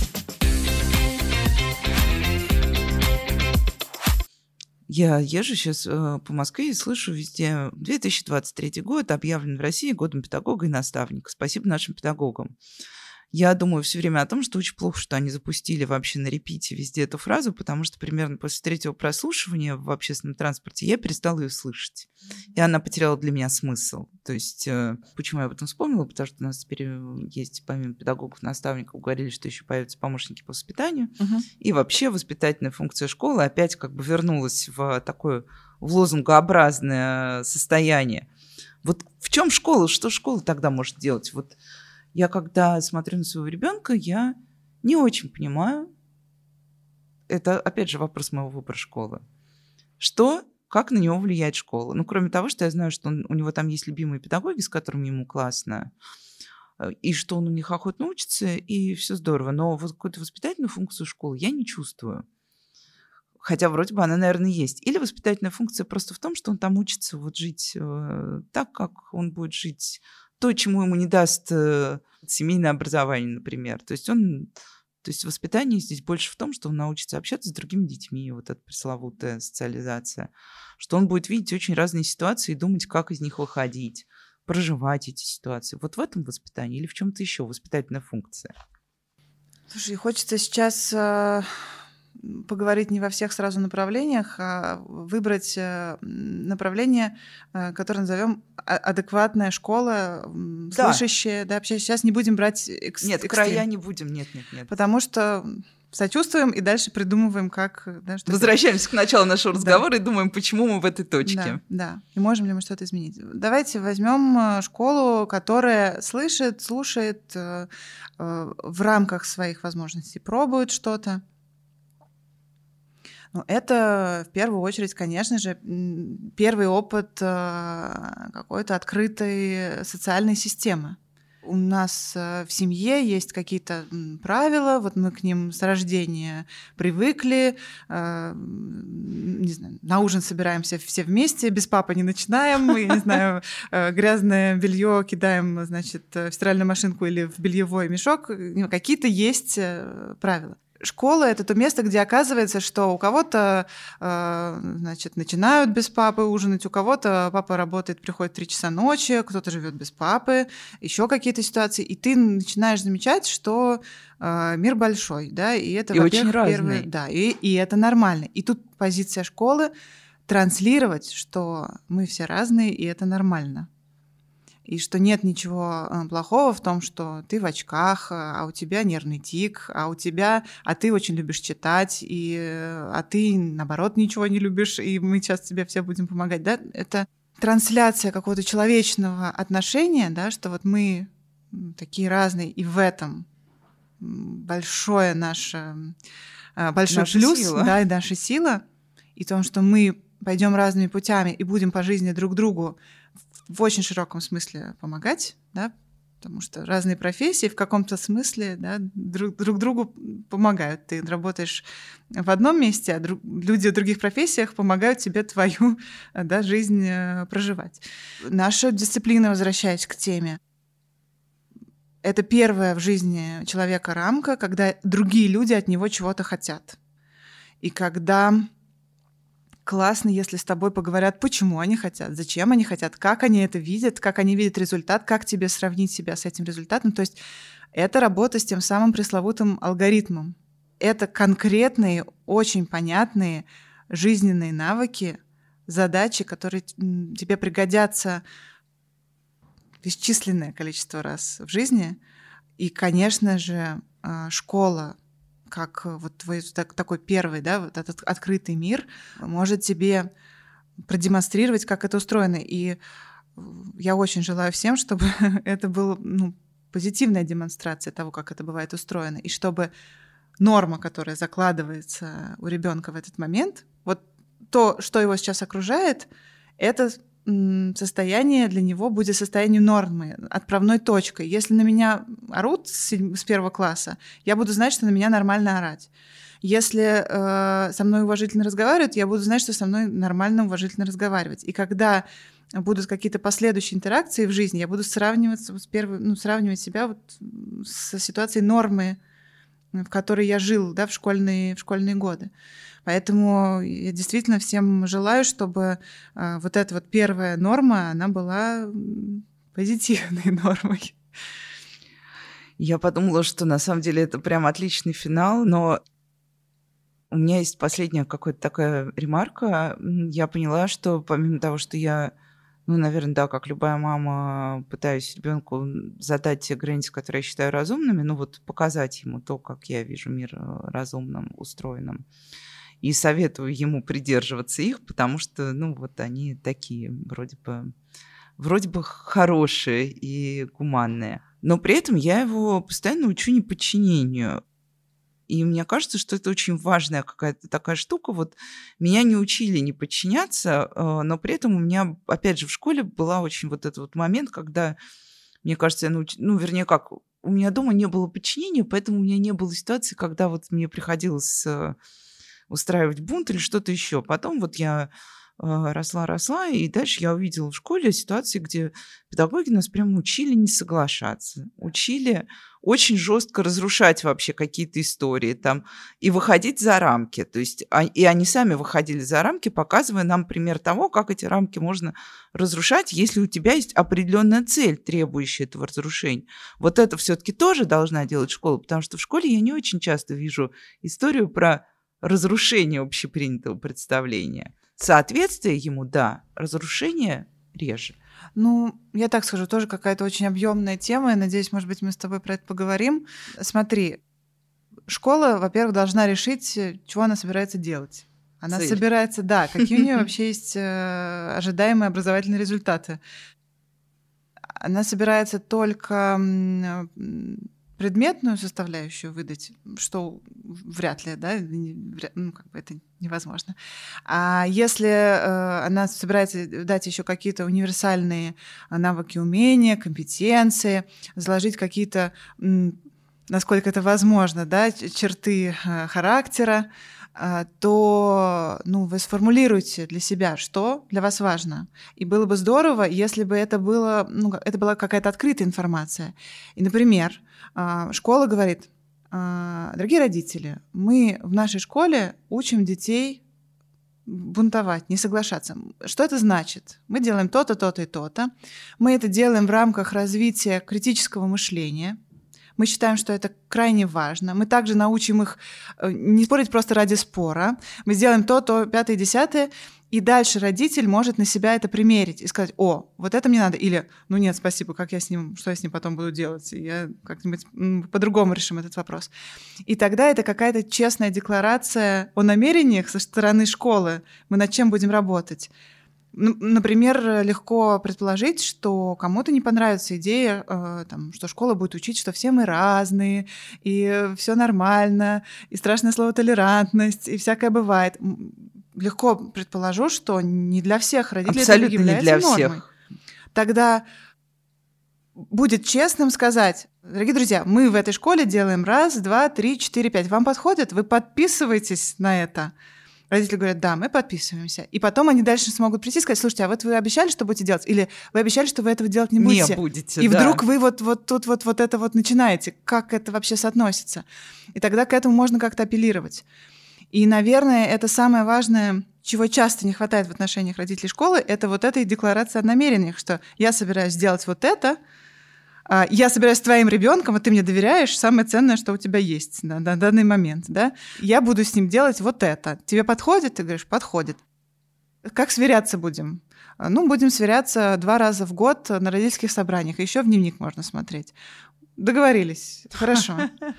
Я езжу сейчас э, по Москве и слышу везде: две тысячи двадцать третий год объявлен в России годом педагога и наставника. Спасибо нашим педагогам. Я думаю все время о том, что очень плохо, что они запустили вообще на репите везде эту фразу, потому что примерно после третьего прослушивания в общественном транспорте я перестала ее слышать. И она потеряла для меня смысл. То есть, э, почему я об этом вспомнила? Потому что у нас теперь есть, помимо педагогов, наставников, говорили, что еще появятся помощники по воспитанию. Угу. И вообще воспитательная функция школы опять как бы вернулась в такое в лозунгообразное состояние. Вот в чем школа? Что школа тогда может делать? Вот я, когда смотрю на своего ребенка, я не очень понимаю. Это, опять же, вопрос моего выбора школы. Что, как на него влияет школа? Ну, кроме того, что я знаю, что он, у него там есть любимые педагоги, с которыми ему классно, и что он у них охотно учится, и все здорово. Но вот какую-то воспитательную функцию школы я не чувствую. Хотя вроде бы она, наверное, есть. Или воспитательная функция просто в том, что он там учится вот жить э, так, как он будет жить, то, чему ему не даст э, семейное образование, например. То есть он, то есть воспитание здесь больше в том, что он научится общаться с другими детьми, вот эта пресловутая социализация, что он будет видеть очень разные ситуации и думать, как из них выходить, проживать эти ситуации. Вот в этом воспитании или в чем-то еще воспитательная функция? Слушай, хочется сейчас э, поговорить не во всех сразу направлениях, а выбрать э, направление, э, которое назовем адекватная школа, Да. слышащая. Да, сейчас не будем брать экс- Нет, экстрим. края не будем, нет, нет, нет. Потому что сочувствуем и дальше придумываем, как... Да, что Возвращаемся к началу нашего Да. разговора и думаем, почему мы в этой точке. Да, да. И можем ли мы что-то изменить? Давайте возьмем школу, которая слышит, слушает, э, э, в рамках своих возможностей пробует что-то. Ну, это в первую очередь, конечно же, м, первый опыт э, какой-то открытой социальной системы. У нас э, в семье есть какие-то м, правила, вот мы к ним с рождения привыкли, э, м, не знаю, на ужин собираемся все вместе, без папы не начинаем, я не знаю, э, грязное белье кидаем, значит, в стиральную машинку или в бельевой мешок, ну, какие-то есть э, правила. Школа — это то место, где оказывается, что у кого-то, э, значит, начинают без папы ужинать, у кого-то папа работает, приходит в три часа ночи, кто-то живет без папы, еще какие-то ситуации, и ты начинаешь замечать, что э, мир большой, да, и это, И очень во-первых, разный. первое, да, и, и это нормально. И тут позиция школы — транслировать, что мы все разные, и это нормально. И что нет ничего э, плохого в том, что ты в очках, а у тебя нервный тик, а у тебя, а ты очень любишь читать, и, э, а ты, наоборот, ничего не любишь, и мы сейчас тебе все будем помогать. Да? Это трансляция какого-то человечного отношения, да, что вот мы такие разные, и в этом большое наше, большой Наша плюс, сила. да, и наша сила, и в том, что мы пойдем разными путями и будем по жизни друг другу в очень широком смысле помогать, да, потому что разные профессии в каком-то смысле, да, друг, друг другу помогают. Ты работаешь в одном месте, а друг, люди в других профессиях помогают тебе твою, да, жизнь проживать. Наша дисциплина, возвращаясь к теме, это первая в жизни человека рамка, когда другие люди от него чего-то хотят. И когда классно, если с тобой поговорят, почему они хотят, зачем они хотят, как они это видят, как они видят результат, как тебе сравнить себя с этим результатом. То есть это работа с тем самым пресловутым алгоритмом. Это конкретные, очень понятные жизненные навыки, задачи, которые тебе пригодятся бесчисленное количество раз в жизни. И, конечно же, школа, как вот твой так, такой первый, да, вот этот открытый мир, может тебе продемонстрировать, как это устроено. И я очень желаю всем, чтобы это была, ну, позитивная демонстрация того, как это бывает устроено, и чтобы норма, которая закладывается у ребенка в этот момент, вот то, что его сейчас окружает, это состояние для него будет состоянием нормы, отправной точкой. Если на меня орут с, с первого класса, я буду знать, что на меня нормально орать. Если э, со мной уважительно разговаривают, я буду знать, что со мной нормально уважительно разговаривать. И когда будут какие-то последующие интеракции в жизни, я буду сравнивать, с первой, ну, сравнивать себя вот с ситуацией нормы, в которой я жил, да, в школьные, в школьные годы. Поэтому я действительно всем желаю, чтобы э, вот эта вот первая норма, она была позитивной нормой. Я подумала, что на самом деле это прям отличный финал, но у меня есть последняя какая-то такая ремарка. Я поняла, что помимо того, что я, ну, наверное, да, как любая мама, пытаюсь ребенку задать те границы, которые я считаю разумными, ну вот показать ему то, как я вижу мир разумным, устроенным. И советую ему придерживаться их, потому что, ну, вот они такие, вроде бы, вроде бы хорошие и гуманные. Но при этом я его постоянно учу неподчинению. И мне кажется, что это очень важная какая-то такая штука. Вот меня не учили не подчиняться, но при этом у меня, опять же, в школе была очень вот этот вот момент, когда, мне кажется, я науч... ну, вернее, как, у меня дома не было подчинения, поэтому у меня не было ситуации, когда вот мне приходилось устраивать бунт или что-то еще. Потом вот я росла-росла, и дальше я увидела в школе ситуации, где педагоги нас прямо учили не соглашаться, учили очень жестко разрушать вообще какие-то истории там и выходить за рамки. То есть, и они сами выходили за рамки, показывая нам пример того, как эти рамки можно разрушать, если у тебя есть определенная цель, требующая этого разрушения. Вот это все-таки тоже должна делать школа, потому что в школе я не очень часто вижу историю про разрушение общепринятого представления. Соответствие ему, да, разрушение реже. Ну, я так скажу, тоже какая-то очень объемная тема. Я надеюсь, может быть, мы с тобой про это поговорим. Смотри, школа, во-первых, должна решить, чего она собирается делать. Она Цель. собирается, да, какие у нее вообще есть ожидаемые образовательные результаты. Она собирается только предметную составляющую выдать, что вряд ли, да, ну, как бы это невозможно. А если э, она собирается дать еще какие-то универсальные навыки, умения, компетенции, заложить какие-то, м, насколько это возможно, да, черты э, характера, э, то, ну, вы сформулируете для себя, что для вас важно. И было бы здорово, если бы это было, ну, это была какая-то открытая информация. И, например, школа говорит: дорогие родители, мы в нашей школе учим детей бунтовать, не соглашаться. Что это значит? Мы делаем то-то, то-то и то-то. Мы это делаем в рамках развития критического мышления. Мы считаем, что это крайне важно. Мы также научим их не спорить просто ради спора. Мы сделаем то, то, пятое, десятое. И дальше родитель может на себя это примерить и сказать: о, вот это мне надо. Или, ну нет, спасибо, как я с ним, что я с ним потом буду делать? Я как-нибудь по-другому решим этот вопрос. И тогда это какая-то честная декларация о намерениях со стороны школы. Мы над чем будем работать. Например, легко предположить, что кому-то не понравится идея, э, там, что школа будет учить, что все мы разные, и все нормально, и страшное слово толерантность, и всякое бывает. Легко предположу, что не для всех родителей абсолютно это является не для нормой. Всех. Тогда будет честным сказать: дорогие друзья, мы в этой школе делаем раз, два, три, четыре, пять. Вам подходит? Вы подписываетесь на это? Родители говорят: да, мы подписываемся. И потом они дальше смогут прийти и сказать: слушайте, а вот вы обещали, что будете делать? Или вы обещали, что вы этого делать не будете? Не будете, И да. вдруг вы вот, вот тут вот, вот это вот начинаете. Как это вообще соотносится? И тогда к этому можно как-то апеллировать. И, наверное, это самое важное, чего часто не хватает в отношениях родителей школы, это вот этой декларации о намерениях, что я собираюсь сделать вот это, я собираюсь с твоим ребенком, а ты мне доверяешь, самое ценное, что у тебя есть на, на данный момент, да? Я буду с ним делать вот это. Тебе подходит? Ты говоришь: подходит. Как сверяться будем? Ну, будем сверяться два раза в год на родительских собраниях. Еще в дневник можно смотреть. Договорились. Хорошо.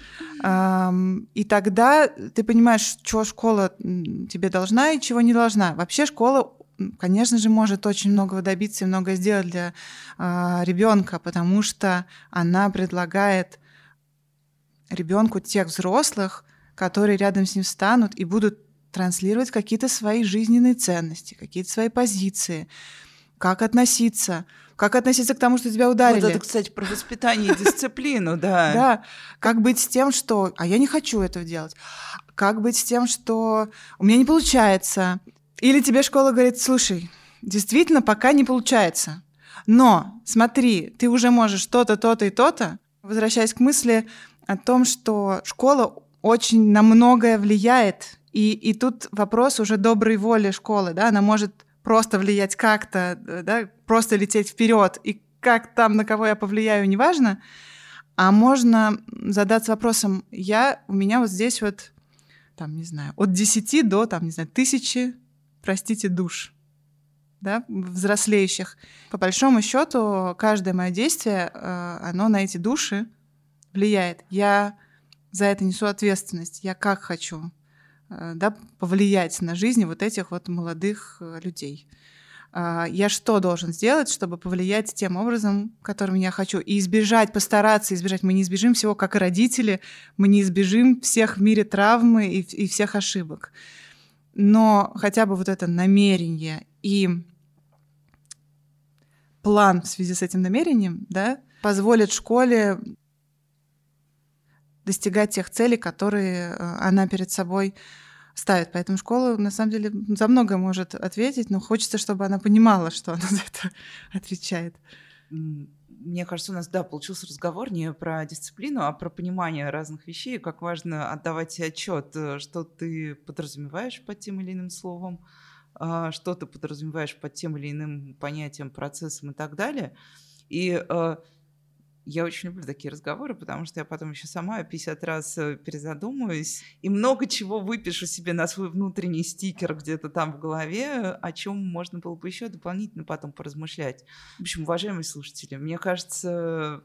И тогда ты понимаешь, что школа тебе должна и чего не должна. Вообще школа, конечно же, может очень многого добиться и многое сделать для э, ребенка, потому что она предлагает ребенку тех взрослых, которые рядом с ним встанут и будут транслировать какие-то свои жизненные ценности, какие-то свои позиции, как относиться, как относиться к тому, что тебя ударили. Вот это, кстати, про воспитание и дисциплину, да. Да, как быть с тем, что «а я не хочу этого делать», как быть с тем, что «у меня не получается». Или тебе школа говорит: слушай, действительно, пока не получается, но смотри, ты уже можешь то-то, то-то и то-то. Возвращаясь к мысли о том, что школа очень на многое влияет, и, и тут вопрос уже доброй воли школы, да, она может просто влиять как-то, да, просто лететь вперед, и как там, на кого я повлияю, неважно, а можно задаться вопросом: я, у меня вот здесь вот, там, не знаю, от десяти до, там, не знаю, тысячи, простите, душ, да, взрослеющих. По большому счету, каждое мое действие, оно на эти души влияет. Я за это несу ответственность. Я как хочу, да, повлиять на жизнь вот этих вот молодых людей. Я что должен сделать, чтобы повлиять тем образом, которым я хочу, и избежать, постараться избежать. Мы не избежим всего, как и родители, мы не избежим всех в мире травмы и, и всех ошибок. Но хотя бы вот это намерение и план в связи с этим намерением, да, позволит школе достигать тех целей, которые она перед собой ставит. Поэтому школа, на самом деле, за многое может ответить, но хочется, чтобы она понимала, что она за это отвечает. Мне кажется, у нас, да, получился разговор не про дисциплину, а про понимание разных вещей, как важно отдавать себе отчет, что ты подразумеваешь под тем или иным словом, что ты подразумеваешь под тем или иным понятием, процессом и так далее. И я очень люблю такие разговоры, потому что я потом еще сама пятьдесят раз перезадумаюсь и много чего выпишу себе на свой внутренний стикер где-то там в голове, о чем можно было бы еще дополнительно потом поразмышлять. В общем, уважаемые слушатели, мне кажется,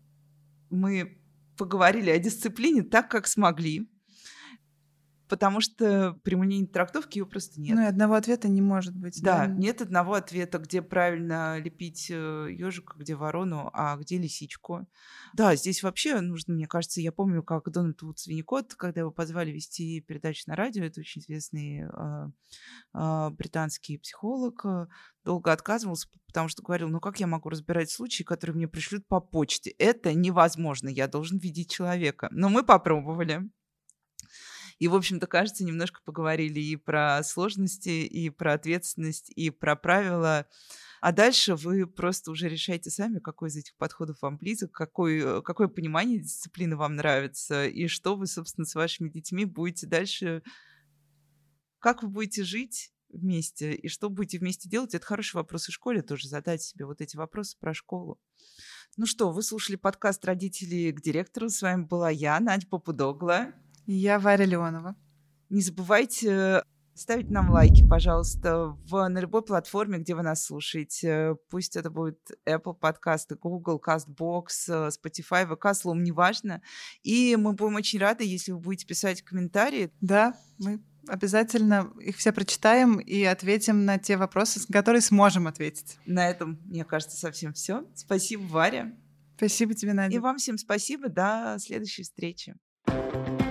мы поговорили о дисциплине так, как смогли, потому что прямолинейной трактовки ее просто нет. Ну и одного ответа не может быть. Да, да, нет одного ответа, где правильно лепить ежика, где ворону, а где лисичку. Да, здесь вообще нужно, мне кажется, я помню, как Дональд Вудс Винникот, когда его позвали вести передачу на радио, это очень известный э, э, британский психолог, э, долго отказывался, потому что говорил: ну как я могу разбирать случаи, которые мне пришлют по почте? Это невозможно, я должен видеть человека. Но мы попробовали. И, в общем-то, кажется, немножко поговорили и про сложности, и про ответственность, и про правила. А дальше вы просто уже решаете сами, какой из этих подходов вам близок, какой, какое понимание дисциплины вам нравится, и что вы, собственно, с вашими детьми будете дальше... Как вы будете жить вместе, и что будете вместе делать? Это хороший вопрос и в школе тоже, задать себе вот эти вопросы про школу. Ну что, вы слушали подкаст «Родители к директору». С вами была я, Надя Попудогла. Я Варя Леонова. Не забывайте ставить нам лайки, пожалуйста, в, на любой платформе, где вы нас слушаете. Пусть это будет Apple подкасты, Google, CastBox, Spotify, ви кей, словом, неважно. И мы будем очень рады, если вы будете писать комментарии. Да, мы обязательно их все прочитаем и ответим на те вопросы, на которые сможем ответить. На этом, мне кажется, совсем все. Спасибо, Варя. Спасибо тебе, Надя. И вам всем спасибо. До следующей встречи.